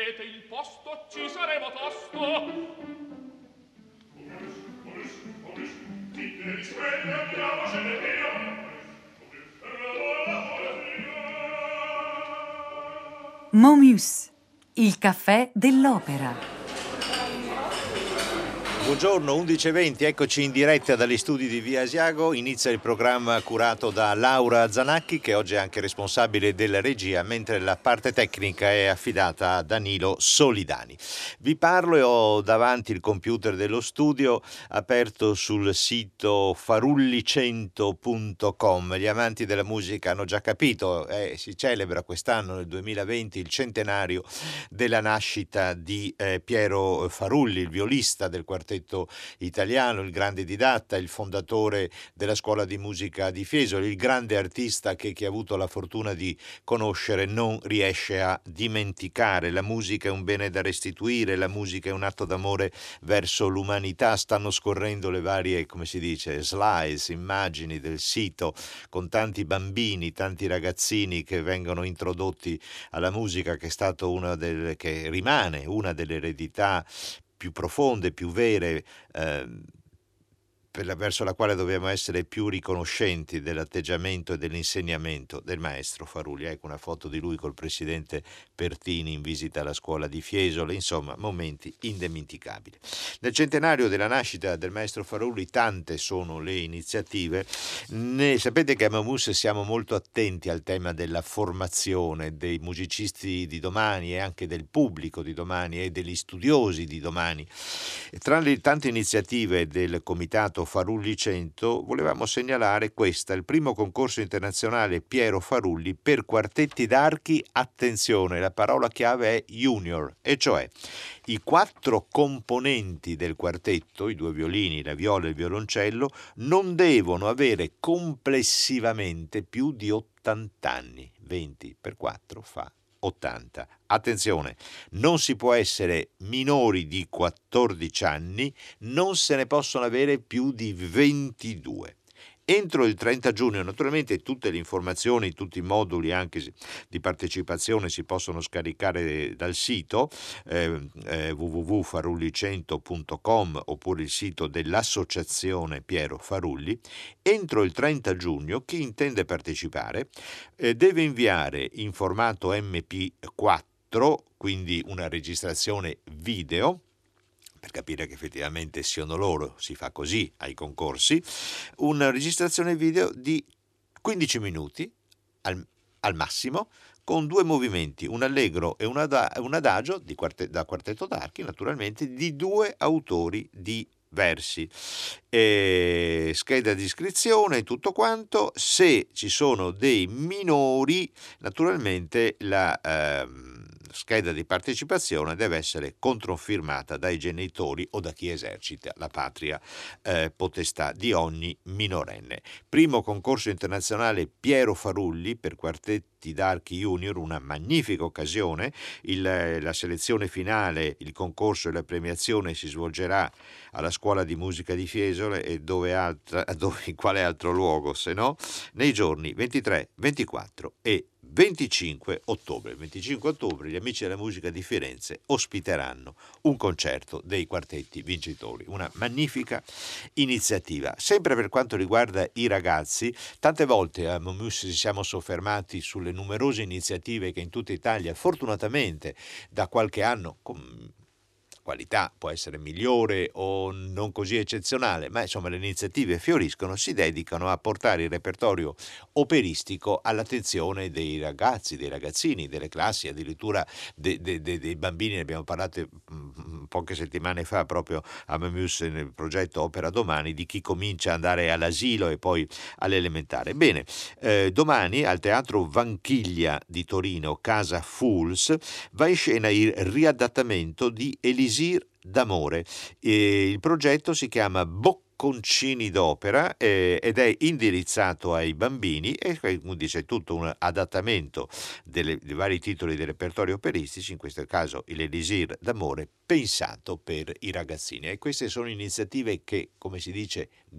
cedete il posto, ci saremo tosto. Momus, il caffè dell'opera. Buongiorno, 11:20, eccoci in diretta dagli studi di Via Asiago. Inizia il programma curato da Laura Zanacchi, che oggi è anche responsabile della regia, mentre la parte tecnica è affidata a Danilo Solidani. Vi parlo e ho davanti il computer dello studio aperto sul sito farulli100.com. Gli amanti della musica hanno già capito, si celebra quest'anno, nel 2020, il centenario della nascita di Piero Farulli, il violista del quartetto italiano, il grande didatta, il fondatore della scuola di musica di Fiesole, il grande artista che chi ha avuto la fortuna di conoscere non riesce a dimenticare. La musica è un bene da restituire, la musica è un atto d'amore verso l'umanità. Stanno scorrendo le varie, come si dice, slides, immagini del sito con tanti bambini, tanti ragazzini che vengono introdotti alla musica, che è stato che rimane una delle eredità più profonde, più vere, verso la quale dobbiamo essere più riconoscenti dell'atteggiamento e dell'insegnamento del maestro Farulli. Ecco una foto di lui col presidente Pertini in visita alla scuola di Fiesole, insomma momenti indimenticabili. Nel centenario della nascita del maestro Farulli tante sono le iniziative. Sapete che a Momus siamo molto attenti al tema della formazione dei musicisti di domani e anche del pubblico di domani e degli studiosi di domani. Tra le tante iniziative del comitato Farulli 100 volevamo segnalare questa, il primo concorso internazionale Piero Farulli per quartetti d'archi. Attenzione, la parola chiave è junior, e cioè i 4 componenti del quartetto, i 2 violini, la viola e il violoncello, non devono avere complessivamente più di 80 anni. 20 per 4 fa 80. Attenzione, non si può essere minori di 14 anni, non se ne possono avere più di 22. Entro il 30 giugno, naturalmente tutte le informazioni, tutti i moduli anche di partecipazione si possono scaricare dal sito www.farulli100.com oppure il sito dell'associazione Piero Farulli. Entro il 30 giugno chi intende partecipare deve inviare in formato MP4, quindi una registrazione video, per capire che effettivamente siano loro, si fa così ai concorsi, una registrazione video di 15 minuti al massimo, con 2 movimenti, un allegro e un adagio da quartetto d'archi, naturalmente, di 2 autori di versi. Scheda di iscrizione e tutto quanto. Se ci sono dei minori, naturalmente la scheda di partecipazione deve essere controfirmata dai genitori o da chi esercita la patria potestà di ogni minorenne. Primo concorso internazionale Piero Farulli per quartetti d'archi junior, una magnifica occasione. La selezione finale, il concorso e la premiazione si svolgerà alla scuola di musica di Fiesole, e in quale altro luogo se no, nei giorni 23, 24 e 25 ottobre. Il 25 ottobre gli amici della musica di Firenze ospiteranno un concerto dei quartetti vincitori, una magnifica iniziativa. Sempre per quanto riguarda i ragazzi, tante volte a Momus ci siamo soffermati sulle numerose iniziative che in tutta Italia, fortunatamente da qualche anno, qualità può essere migliore o non così eccezionale, ma insomma le iniziative fioriscono, si dedicano a portare il repertorio operistico all'attenzione dei ragazzi, dei ragazzini, delle classi, addirittura dei bambini. Ne abbiamo parlato poche settimane fa proprio a Momus nel progetto Opera Domani, di chi comincia ad andare all'asilo e poi all'elementare. Bene, domani al Teatro Vanchiglia di Torino, Casa Fools, va in scena il riadattamento di Elisir d'amore. Il progetto si chiama Bocconcini d'opera ed è indirizzato ai bambini, e quindi c'è tutto un adattamento dei vari titoli dei repertori operistici, in questo caso l'Elisir d'amore pensato per i ragazzini. E queste sono iniziative che, come si dice,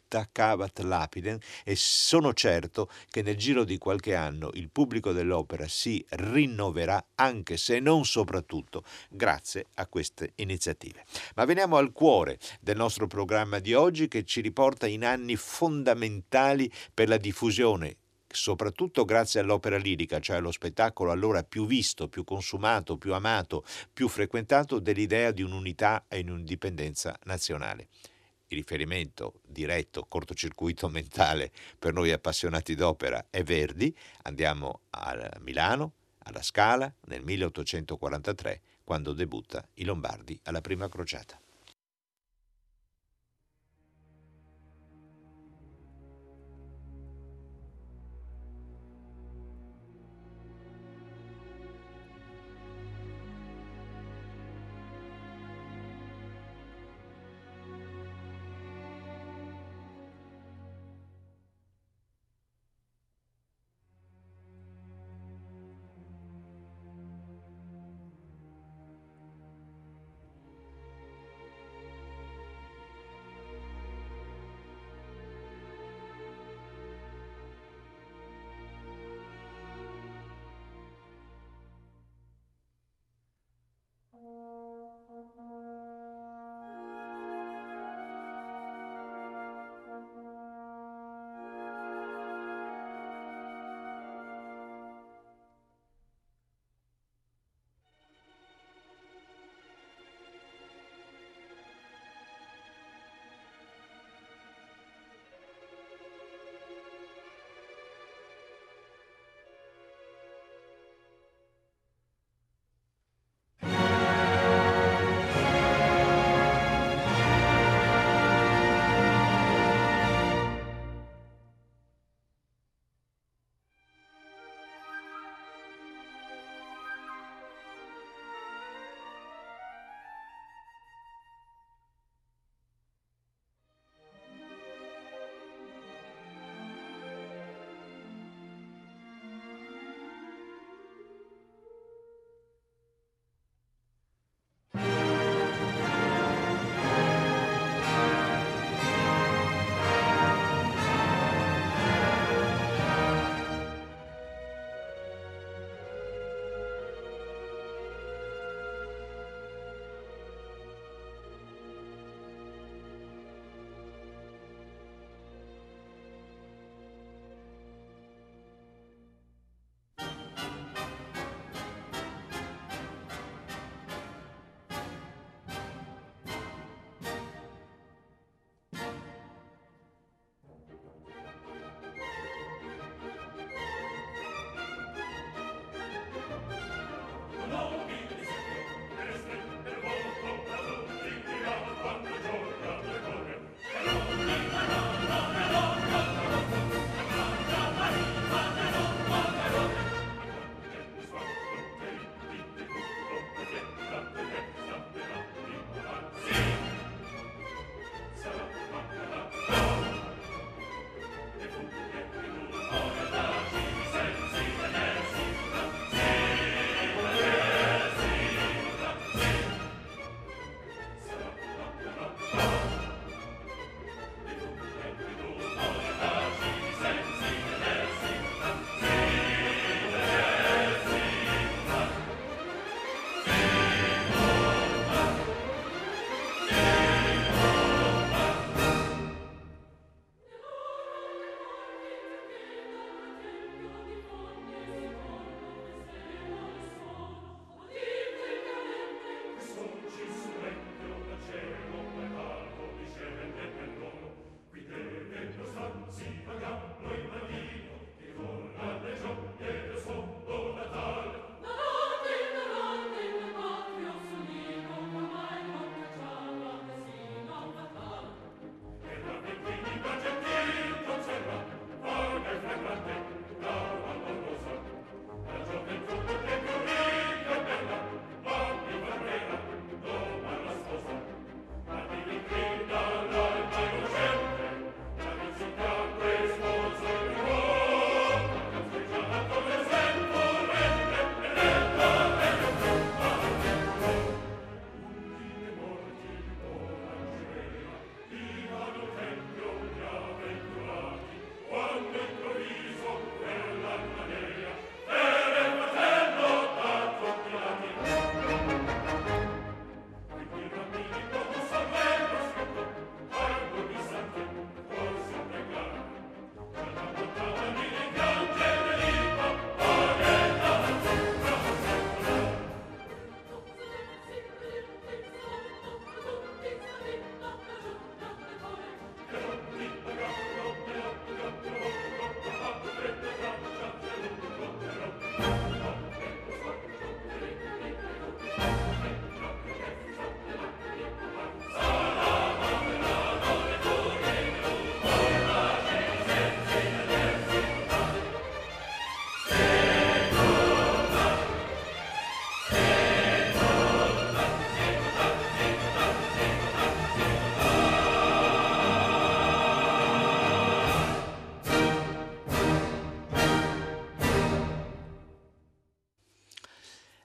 dicta cavat lapidem, e sono certo che nel giro di qualche anno il pubblico dell'opera si rinnoverà, anche se non soprattutto grazie a queste iniziative. Ma veniamo al cuore del nostro programma di oggi, che ci riporta in anni fondamentali per la diffusione, soprattutto grazie all'opera lirica, cioè allo spettacolo allora più visto, più consumato, più amato, più frequentato, dell'idea di un'unità e un'indipendenza nazionale. Il riferimento diretto, cortocircuito mentale per noi appassionati d'opera è Verdi. Andiamo a Milano, alla Scala, nel 1843, quando debutta I Lombardi alla Prima Crociata.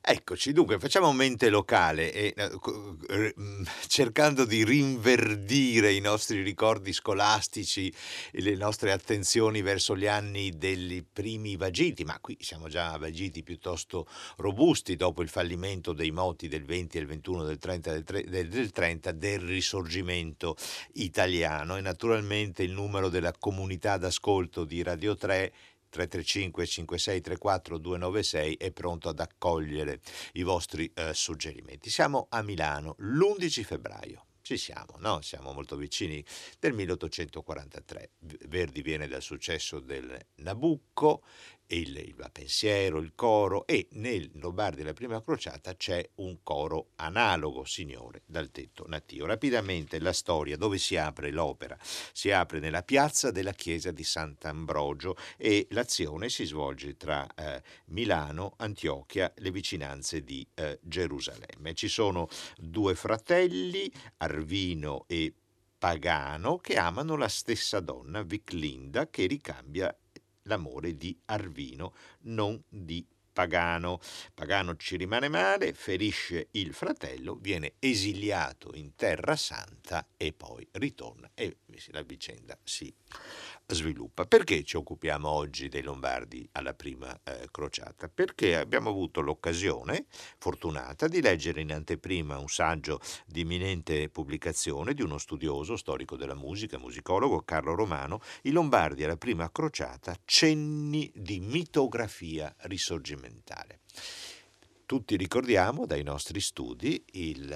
Eccoci, dunque facciamo mente locale e cercando di rinverdire i nostri ricordi scolastici e le nostre attenzioni verso gli anni dei primi vagiti, ma qui siamo già vagiti piuttosto robusti dopo il fallimento dei moti del 20 e il 21 del 30 del 30 del risorgimento italiano, e naturalmente il numero della comunità d'ascolto di Radio 3 335 5634 296 è pronto ad accogliere i vostri suggerimenti. Siamo a Milano l'11 febbraio. Ci siamo, no? Siamo molto vicini del 1843. Verdi viene dal successo del Nabucco, il Va Pensiero, il coro, e nel Lombardi alla prima crociata c'è un coro analogo, Signore dal tetto natio. Rapidamente la storia, dove si apre l'opera? Si apre nella piazza della chiesa di Sant'Ambrogio e l'azione si svolge tra Milano, Antiochia, le vicinanze di Gerusalemme. Ci sono due fratelli, Arvino e Pagano, che amano la stessa donna, Viclinda, che ricambia l'amore di Arvino, non di Pagano. Pagano ci rimane male, ferisce il fratello, viene esiliato in Terra Santa e poi ritorna e la vicenda si sviluppa. Perché ci occupiamo oggi dei Lombardi alla prima crociata? Perché abbiamo avuto l'occasione fortunata di leggere in anteprima un saggio di imminente pubblicazione di uno studioso, storico della musica, musicologo, Carlo Romano, I Lombardi alla prima crociata, cenni di mitografia risorgimentale. Tutti ricordiamo dai nostri studi il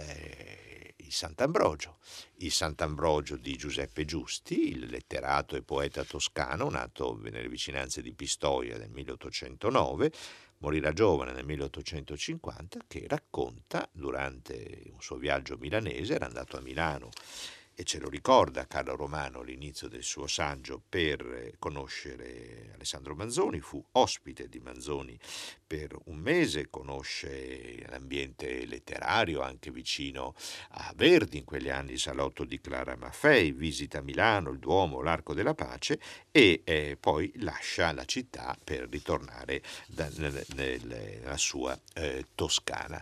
Sant'Ambrogio di Giuseppe Giusti, il letterato e poeta toscano, nato nelle vicinanze di Pistoia nel 1809, morirà giovane nel 1850, che racconta durante un suo viaggio milanese, era andato a Milano e ce lo ricorda Carlo Romano all'inizio del suo saggio per conoscere Alessandro Manzoni, fu ospite di Manzoni per un mese, conosce l'ambiente letterario anche vicino a Verdi, in quegli anni il salotto di Clara Maffei, visita Milano, il Duomo, l'Arco della Pace e poi lascia la città per ritornare nella sua Toscana.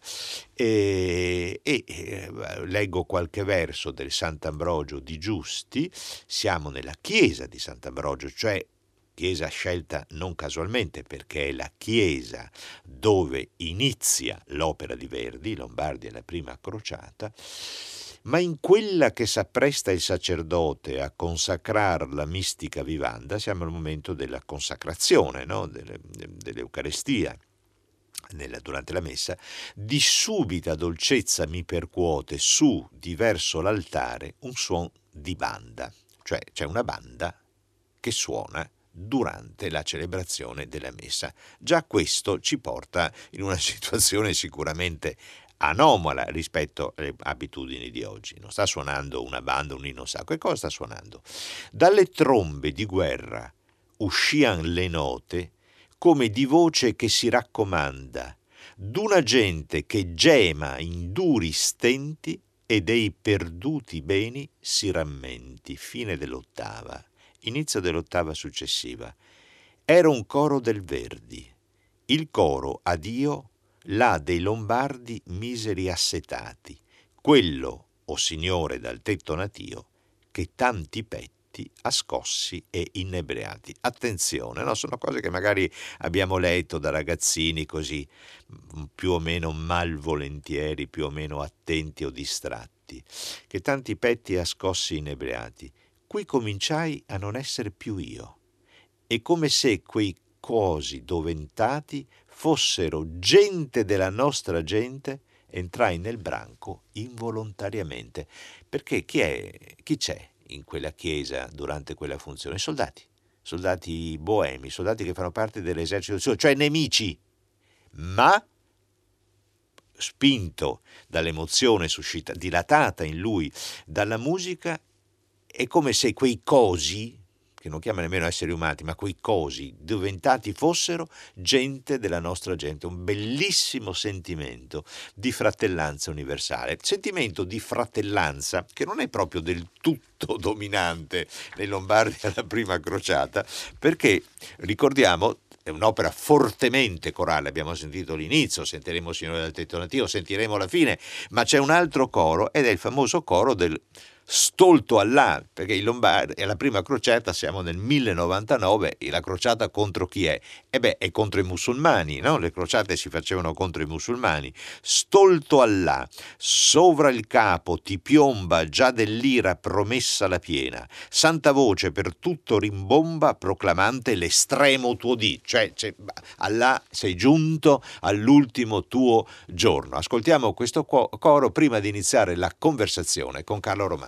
Leggo qualche verso del Sant'Ambrogio di Giusti. Siamo nella chiesa di Sant'Ambrogio, cioè chiesa scelta non casualmente, perché è la chiesa dove inizia l'opera di Verdi, Lombardi alla prima crociata, ma in quella che s'appresta il sacerdote a consacrar la mistica vivanda. Siamo al momento della consacrazione, no? dell'Eucarestia. Durante la messa, di subita dolcezza mi percuote su di verso l'altare un suon di banda, cioè c'è una banda che suona durante la celebrazione della messa. Già questo ci porta in una situazione sicuramente anomala rispetto alle abitudini di oggi. Non sta suonando una banda, un inno sacro. Che cosa sta suonando? Dalle trombe di guerra uscian le note come di voce che si raccomanda, d'una gente che gema in duri stenti e dei perduti beni si rammenti. Fine dell'ottava. Inizio dell'ottava successiva. Era un coro del Verdi. Il coro a Dio là dei Lombardi miseri assetati. Quello, o Signore dal tetto natio, che tanti petti ha scossi e inebriati. Attenzione, no? Sono cose che magari abbiamo letto da ragazzini così, più o meno malvolentieri, più o meno attenti o distratti. Che tanti petti ha scossi e inebriati. Qui cominciai a non essere più io. È come se quei cosi doventati fossero gente della nostra gente, entrai nel branco involontariamente. Perché chi c'è in quella chiesa durante quella funzione? Soldati boemi, soldati che fanno parte dell'esercito suo, cioè nemici, ma spinto dall'emozione dilatata in lui dalla musica, è come se quei cosi, che non chiama nemmeno esseri umani, ma quei cosi diventati fossero gente della nostra gente, un bellissimo sentimento di fratellanza universale, sentimento di fratellanza che non è proprio del tutto dominante nei Lombardi alla prima crociata, perché ricordiamo è un'opera fortemente corale, abbiamo sentito l'inizio, sentiremo Signore del Tetto Nativo, sentiremo la fine, ma c'è un altro coro ed è il famoso coro del Stolto Allah, perché i Lombardi è la prima crociata, siamo nel 1099 e la crociata contro chi è? È contro i musulmani, no? Le crociate si facevano contro i musulmani. Stolto Allah, sovra il capo ti piomba già dell'ira promessa la piena, santa voce per tutto rimbomba proclamante l'estremo tuo dì, cioè Allah sei giunto all'ultimo tuo giorno. Ascoltiamo questo coro prima di iniziare la conversazione con Carlo Romano.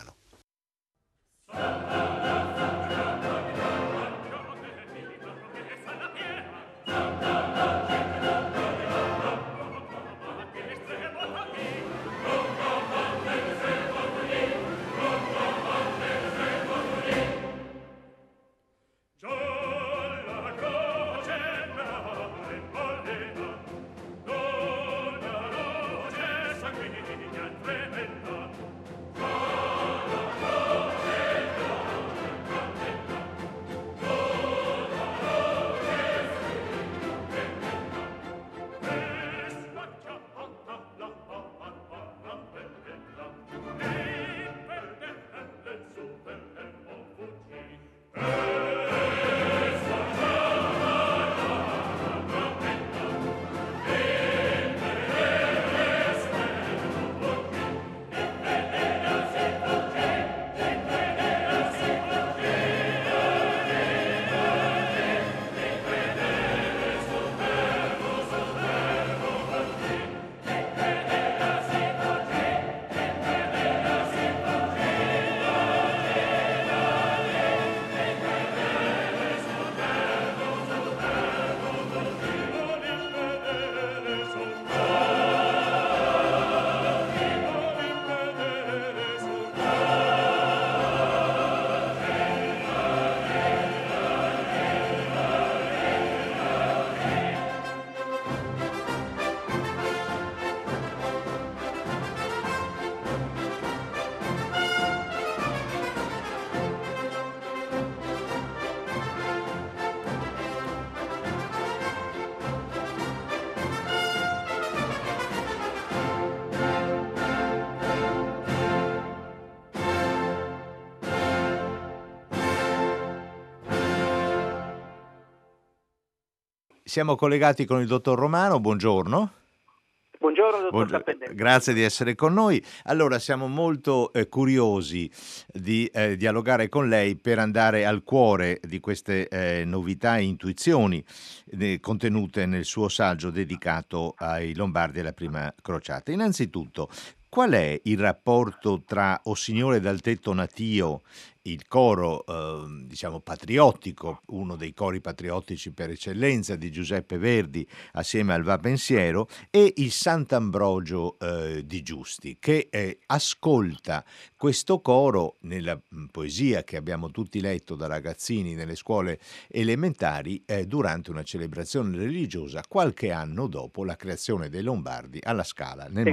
Siamo collegati con il dottor Romano, buongiorno. Buongiorno, dottor Cappelletti. Grazie di essere con noi. Allora, siamo molto curiosi di dialogare con lei per andare al cuore di queste novità e intuizioni contenute nel suo saggio dedicato ai Lombardi e alla prima crociata. Innanzitutto, qual è il rapporto tra O Signore dal Tetto Natio, il coro diciamo patriottico, uno dei cori patriottici per eccellenza di Giuseppe Verdi assieme al Va Pensiero, e il Sant'Ambrogio di Giusti, che ascolta questo coro nella poesia che abbiamo tutti letto da ragazzini nelle scuole elementari durante una celebrazione religiosa qualche anno dopo la creazione dei Lombardi alla Scala nel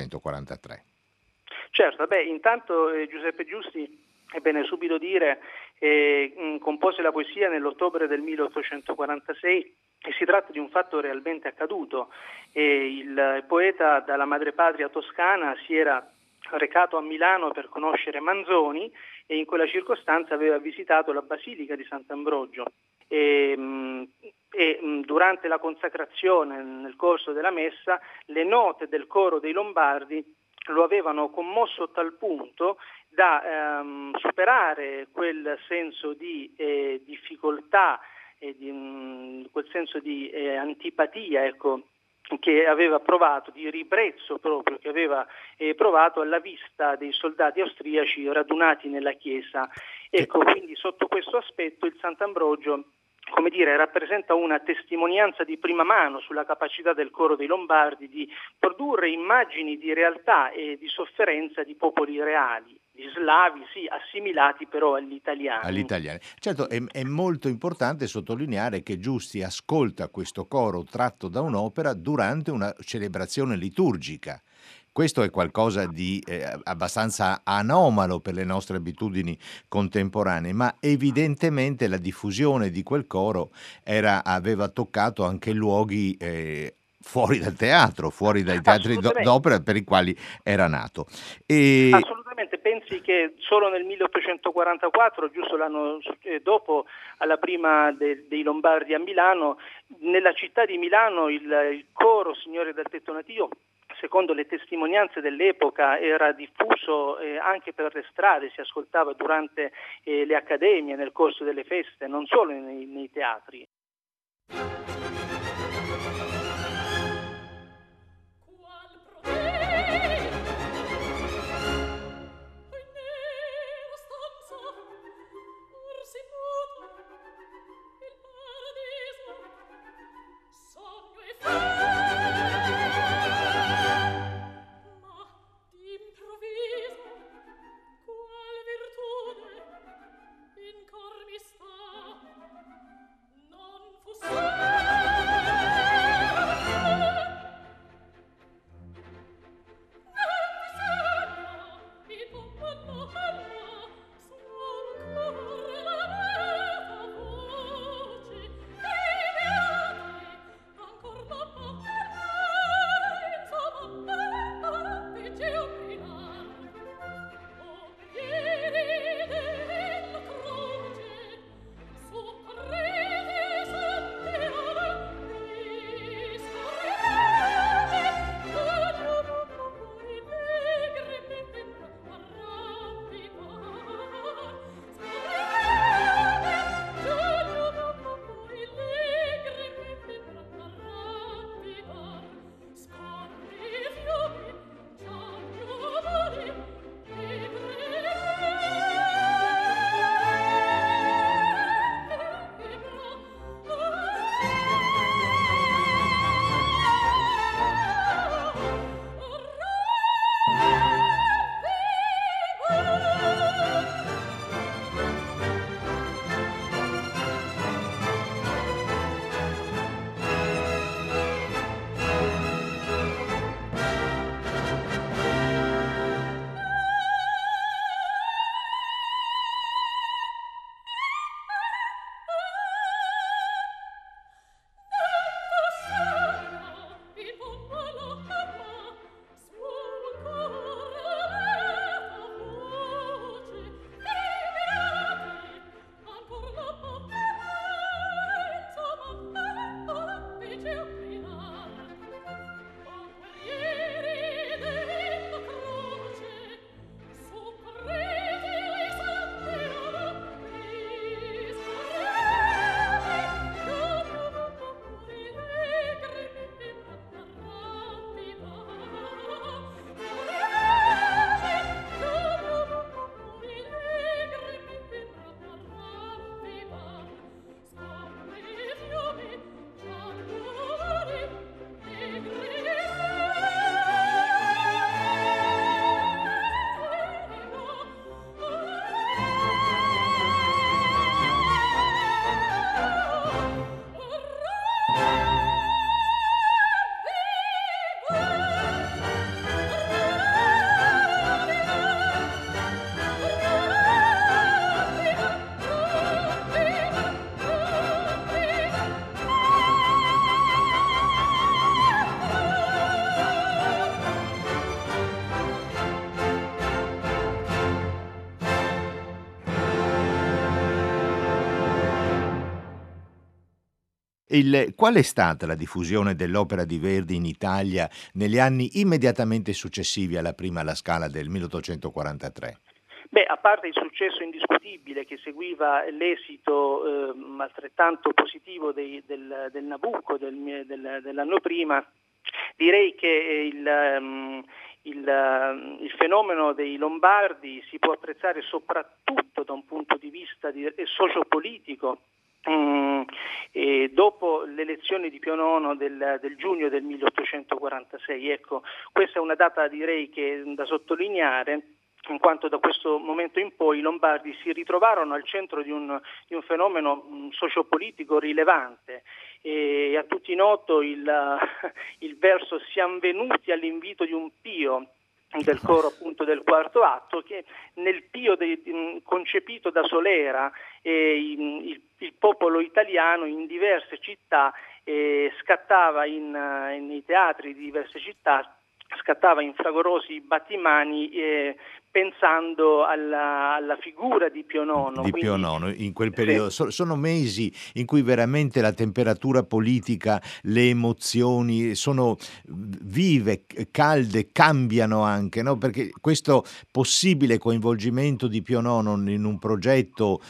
1843. Certo, intanto Giuseppe Giusti, è bene subito dire, compose la poesia nell'ottobre del 1846 e si tratta di un fatto realmente accaduto. Il poeta dalla madrepatria toscana si era recato a Milano per conoscere Manzoni e in quella circostanza aveva visitato la Basilica di Sant'Ambrogio. Durante la consacrazione, nel corso della messa, le note del coro dei Lombardi lo avevano commosso a tal punto da superare quel senso di difficoltà e quel senso di antipatia, che aveva provato, di ribrezzo proprio, che aveva provato alla vista dei soldati austriaci radunati nella chiesa. Quindi sotto questo aspetto il Sant'Ambrogio, come dire, rappresenta una testimonianza di prima mano sulla capacità del coro dei Lombardi di produrre immagini di realtà e di sofferenza di popoli reali, di slavi, sì, assimilati però agli italiani. Certo, è molto importante sottolineare che Giusti ascolta questo coro tratto da un'opera durante una celebrazione liturgica. Questo è qualcosa di abbastanza anomalo per le nostre abitudini contemporanee, ma evidentemente la diffusione di quel coro aveva toccato anche luoghi fuori dal teatro, fuori dai teatri Assolutamente. d'opera per i quali era nato. E Assolutamente, pensi che solo nel 1844, giusto l'anno dopo, alla prima dei Lombardi a Milano, nella città di Milano il coro Signore dal tetto natio, secondo le testimonianze dell'epoca, era diffuso anche per le strade, si ascoltava durante le accademie, nel corso delle feste, non solo nei teatri. Qual è stata la diffusione dell'opera di Verdi in Italia negli anni immediatamente successivi alla prima alla Scala del 1843? Beh, a parte il successo indiscutibile che seguiva l'esito altrettanto positivo del Nabucco dell'anno prima, direi che il fenomeno dei Lombardi si può apprezzare soprattutto da un punto di vista sociopolitico. E dopo l'elezione di Pio IX del giugno del 1846, ecco, questa è una data direi che da sottolineare, in quanto da questo momento in poi i Lombardi si ritrovarono al centro di un fenomeno sociopolitico rilevante e a tutti noto il verso "Siam venuti all'invito di un Pio" del coro appunto del quarto atto, che nel Pio concepito da Solera il popolo italiano in diverse città scattava nei teatri di diverse città, scattava in fragorosi battimani pensando alla figura di Pio IX. Di Pio IX in quel periodo. Sono mesi in cui veramente la temperatura politica, le emozioni sono vive, calde, cambiano anche, no? Perché questo possibile coinvolgimento di Pio IX in un progetto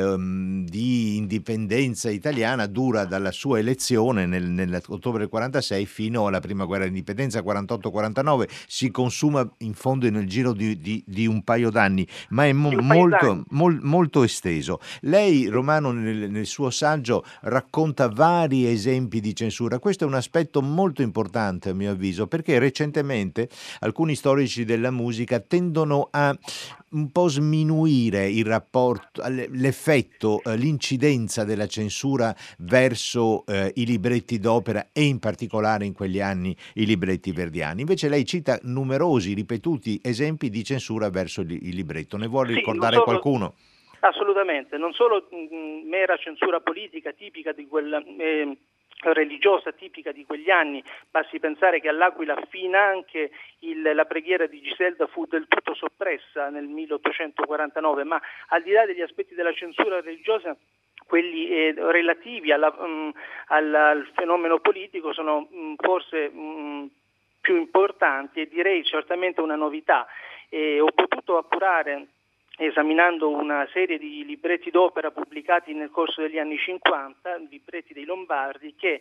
di indipendenza italiana dura dalla sua elezione nell'ottobre del 46 fino alla prima guerra d'indipendenza 48-49, si consuma in fondo nel giro di un paio d'anni, ma è molto esteso. Lei, Romano, nel suo saggio racconta vari esempi di censura. Questo è un aspetto molto importante a mio avviso, perché recentemente alcuni storici della musica tendono a un po' sminuire il rapporto, l'effetto, l'incidenza della censura verso i libretti d'opera e in particolare in quegli anni i libretti verdiani. Invece lei cita numerosi, ripetuti esempi di censura verso il libretto. Ne vuole ricordare qualcuno? Assolutamente, non solo mera censura politica tipica di religiosa tipica di quegli anni, basti pensare che all'Aquila finanche la preghiera di Giselda fu del tutto soppressa nel 1849, ma al di là degli aspetti della censura religiosa, quelli relativi al fenomeno politico sono forse più importanti e direi certamente una novità. Ho potuto appurare, esaminando una serie di libretti d'opera pubblicati nel corso degli anni 50, libretti dei Lombardi, che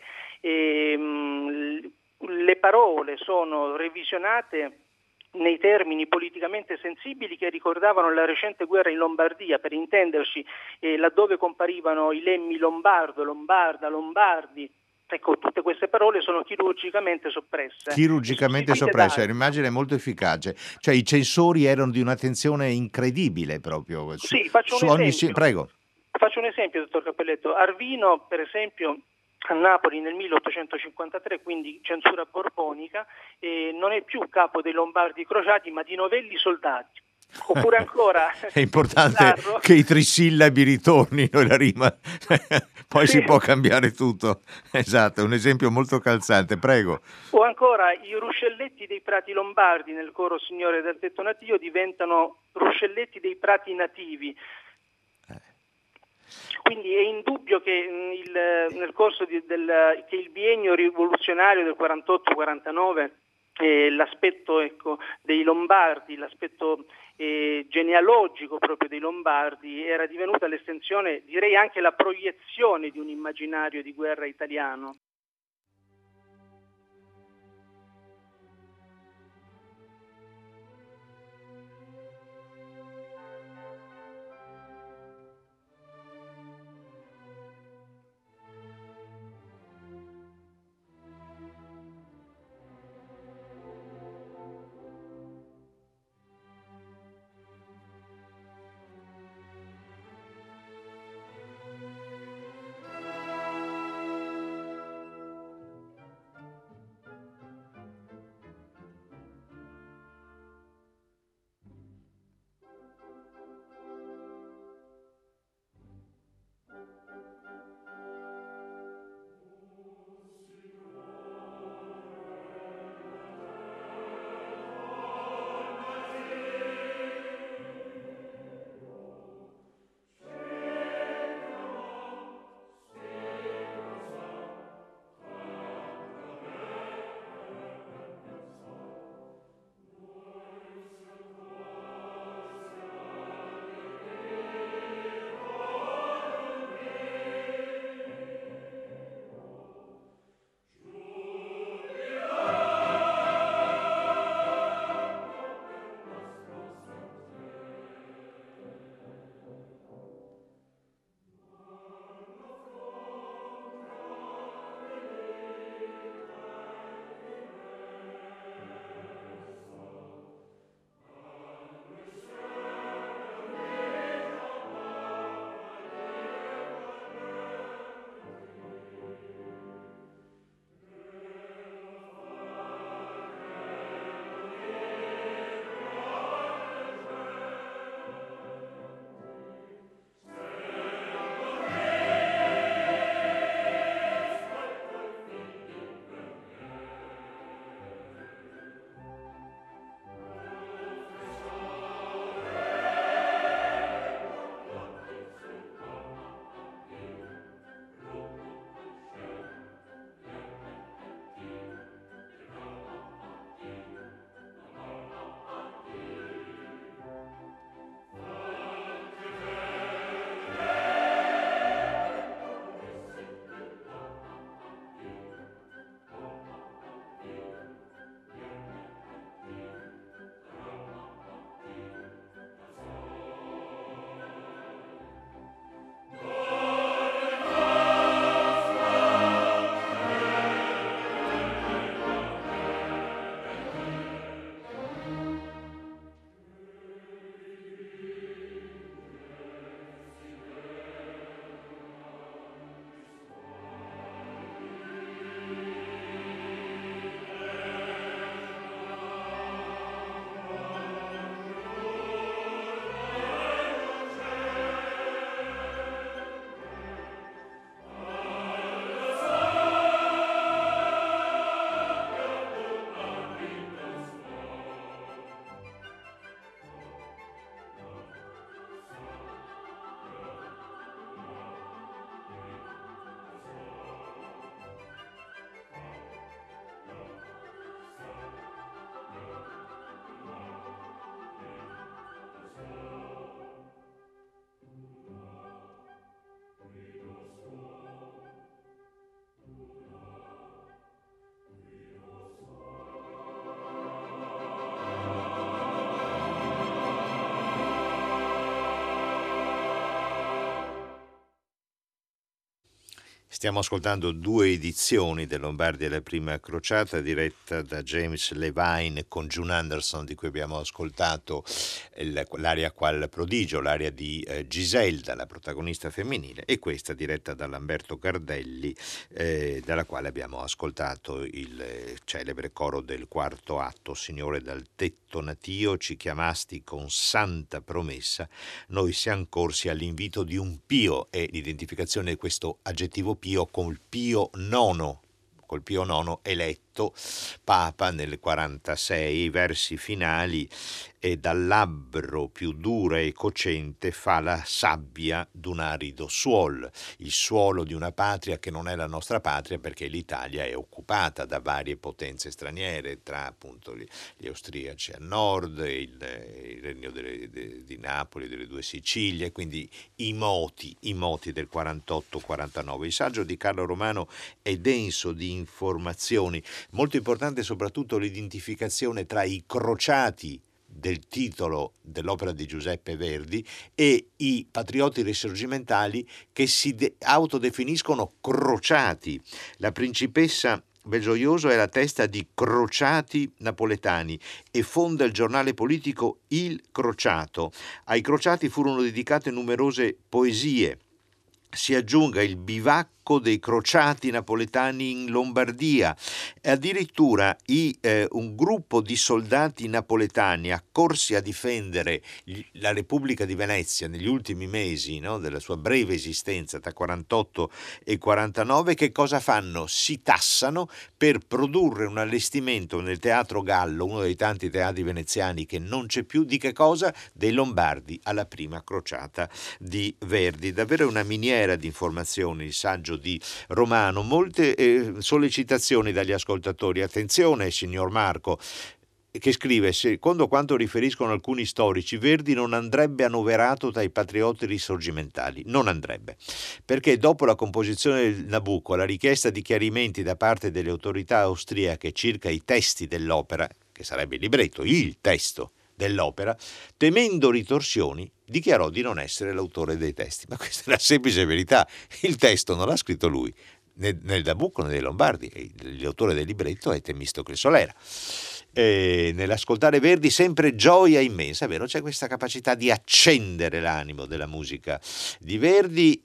le parole sono revisionate nei termini politicamente sensibili che ricordavano la recente guerra in Lombardia, per intenderci, laddove comparivano i lemmi lombardo, lombarda, lombardi. Ecco, tutte queste parole sono chirurgicamente soppresse. Chirurgicamente soppresse, è un'immagine molto efficace. Cioè i censori erano di un'attenzione incredibile proprio. Sì, faccio un esempio. Prego. Faccio un esempio, dottor Cappelletto. Arvino, per esempio, a Napoli nel 1853, quindi censura borbonica, non è più capo dei Lombardi crociati, ma di novelli soldati. Oppure ancora è importante che i trisillabi ritornino e la rima poi si può cambiare tutto. Esatto, è un esempio molto calzante, prego. O ancora i ruscelletti dei prati lombardi nel coro Signore del tetto natio diventano ruscelletti dei prati nativi. Quindi è indubbio che nel corso che il biennio rivoluzionario del 48-49, l'aspetto dei Lombardi, l'aspetto genealogico proprio dei Lombardi era divenuta l'estensione, direi anche la proiezione di un immaginario di guerra italiano. Stiamo ascoltando 2 edizioni del Lombardi alla prima crociata, diretta da James Levine con June Anderson, di cui abbiamo ascoltato l'aria Qual prodigio, l'aria di Giselda, la protagonista femminile, e questa diretta da Lamberto Cardelli, dalla quale abbiamo ascoltato il celebre coro del quarto atto: Signore, dal tetto natio ci chiamasti con santa promessa, noi siamo corsi all'invito di un Pio, e l'identificazione di questo aggettivo Pio col Pio IX eletto Papa nel 46, i versi finali: e dal labbro più dura e cocente fa la sabbia d'un arido suol, il suolo di una patria che non è la nostra patria, perché l'Italia è occupata da varie potenze straniere, tra appunto gli austriaci a nord, il regno di Napoli, delle 2 Sicilie, quindi i moti del 48-49. Il saggio di Carlo Romano è denso di informazioni, molto importante soprattutto l'identificazione tra i crociati del titolo dell'opera di Giuseppe Verdi e i patrioti risorgimentali che si autodefiniscono crociati. La principessa Belgioioso è la testa di crociati napoletani e fonda il giornale politico Il Crociato. Ai crociati furono dedicate numerose poesie. Si aggiunga il bivacco dei crociati napoletani in Lombardia, e addirittura un gruppo di soldati napoletani accorsi a difendere la Repubblica di Venezia negli ultimi mesi, no, della sua breve esistenza tra 48 e 49, che cosa fanno? Si tassano per produrre un allestimento nel Teatro Gallo, uno dei tanti teatri veneziani che non c'è più, di che cosa? Dei Lombardi alla prima crociata di Verdi. Davvero una miniera di informazioni il saggio di Romano. Molte sollecitazioni dagli ascoltatori. Attenzione, signor Marco, che scrive: secondo quanto riferiscono alcuni storici, Verdi non andrebbe annoverato tra i patrioti risorgimentali. Non andrebbe, perché dopo la composizione del Nabucco, la richiesta di chiarimenti da parte delle autorità austriache circa i testi dell'opera, che sarebbe il libretto, il testo dell'opera, temendo ritorsioni, dichiarò di non essere l'autore dei testi. Ma questa è la semplice verità: il testo non l'ha scritto lui, nel Nabucco né dei Lombardi, l'autore del libretto è Temistocle Solera. Nell'ascoltare Verdi sempre gioia immensa, è vero, c'è questa capacità di accendere l'animo della musica di Verdi.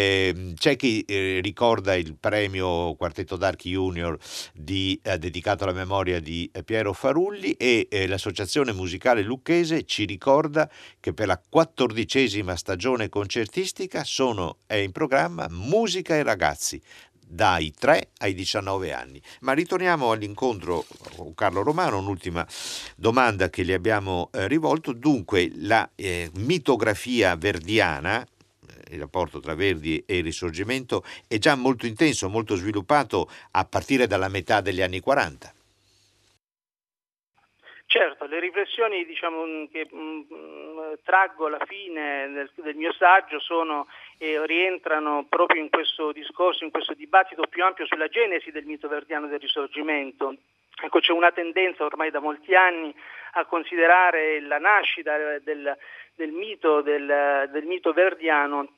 C'è chi ricorda il premio Quartetto d'Archi Junior dedicato alla memoria di Piero Farulli, e l'Associazione Musicale Lucchese ci ricorda che per la 14ª stagione concertistica è in programma Musica ai ragazzi dai 3 ai 19 anni. Ma ritorniamo all'incontro con Carlo Romano, un'ultima domanda che gli abbiamo rivolto. Dunque, la mitografia verdiana, il rapporto tra Verdi e il Risorgimento, è già molto intenso, molto sviluppato a partire dalla metà degli anni 40. Certo, le riflessioni che traggo alla fine del mio saggio rientrano proprio in questo discorso, in questo dibattito più ampio sulla genesi del mito verdiano del Risorgimento. Ecco, c'è una tendenza ormai da molti anni a considerare la nascita del mito verdiano,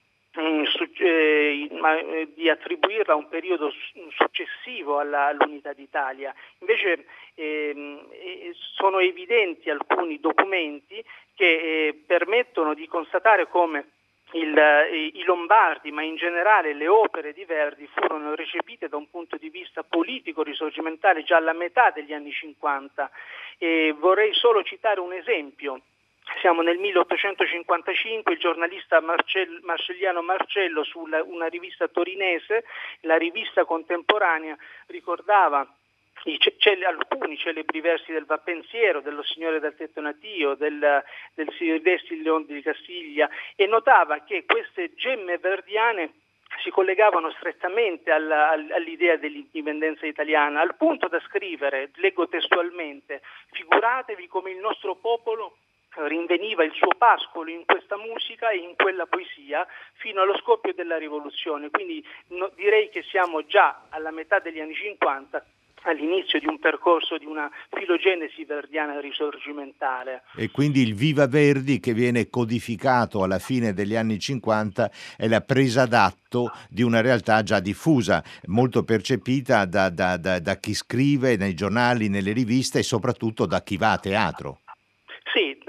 di attribuirla a un periodo successivo all'unità d'Italia. Invece sono evidenti alcuni documenti che permettono di constatare come i Lombardi, ma in generale le opere di Verdi, furono recepite da un punto di vista politico risorgimentale già alla metà degli anni 50. Vorrei solo citare un esempio. Siamo nel 1855, il giornalista Marcelliano Marcello, su una rivista torinese, la Rivista Contemporanea, ricordava alcuni celebri versi del Vappensiero, dello Signore dal tetto natio, del Silvestri il Leone di Castiglia, e notava che queste gemme verdiane si collegavano strettamente all'idea dell'indipendenza italiana, al punto da scrivere, leggo testualmente: figuratevi come il nostro popolo rinveniva il suo pascolo in questa musica e in quella poesia fino allo scoppio della rivoluzione. Quindi direi che siamo già alla metà degli anni 50 all'inizio di un percorso di una filogenesi verdiana risorgimentale. E quindi il Viva Verdi, che viene codificato alla fine degli anni 50, è la presa d'atto di una realtà già diffusa, molto percepita da chi scrive nei giornali, nelle riviste e soprattutto da chi va a teatro. Sì,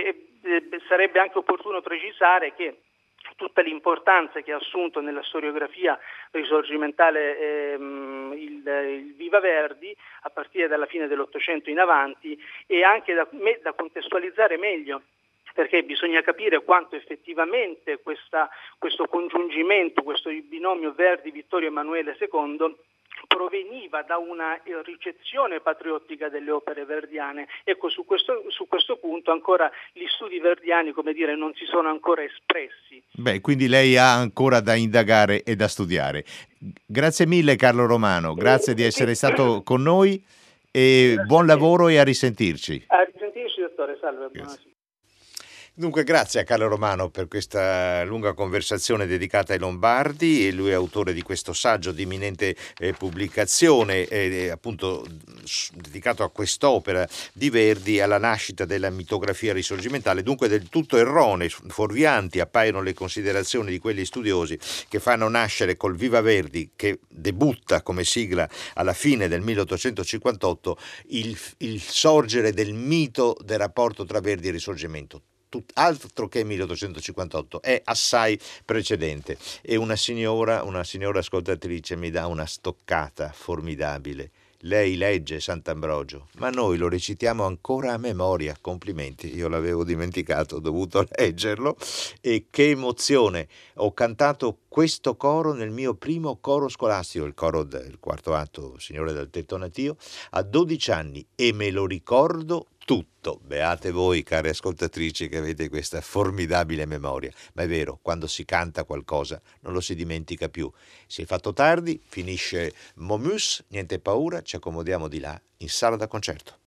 sarebbe anche opportuno precisare che tutta l'importanza che ha assunto nella storiografia risorgimentale il Viva Verdi a partire dalla fine dell'Ottocento in avanti è anche da contestualizzare meglio, perché bisogna capire quanto effettivamente questo congiungimento, questo binomio Verdi-Vittorio Emanuele II proveniva da una ricezione patriottica delle opere verdiane. Ecco, su questo punto ancora gli studi verdiani, non si sono ancora espressi. Beh, quindi lei ha ancora da indagare e da studiare. Grazie mille Carlo Romano, grazie di essere stato con noi e buon lavoro e a risentirci. A risentirci, dottore, salve, buonasera. Dunque, grazie a Carlo Romano per questa lunga conversazione dedicata ai Lombardi, e lui è autore di questo saggio di imminente pubblicazione, appunto dedicato a quest'opera di Verdi, alla nascita della mitografia risorgimentale. Dunque del tutto erronee, fuorvianti appaiono le considerazioni di quegli studiosi che fanno nascere col Viva Verdi, che debutta come sigla alla fine del 1858, il sorgere del mito del rapporto tra Verdi e Risorgimento. Altro che 1858, è assai precedente. E una signora ascoltatrice mi dà una stoccata formidabile. Lei legge Sant'Ambrogio, ma noi lo recitiamo ancora a memoria. Complimenti, io l'avevo dimenticato, ho dovuto leggerlo. E che emozione! Ho cantato questo coro nel mio primo coro scolastico, il coro del quarto atto Signore del Tetto Natio, a 12 anni, e me lo ricordo tutto. Beate voi, care ascoltatrici, che avete questa formidabile memoria. Ma è vero, quando si canta qualcosa non lo si dimentica più. Si è fatto tardi, finisce Momus, niente paura, ci accomodiamo di là in sala da concerto.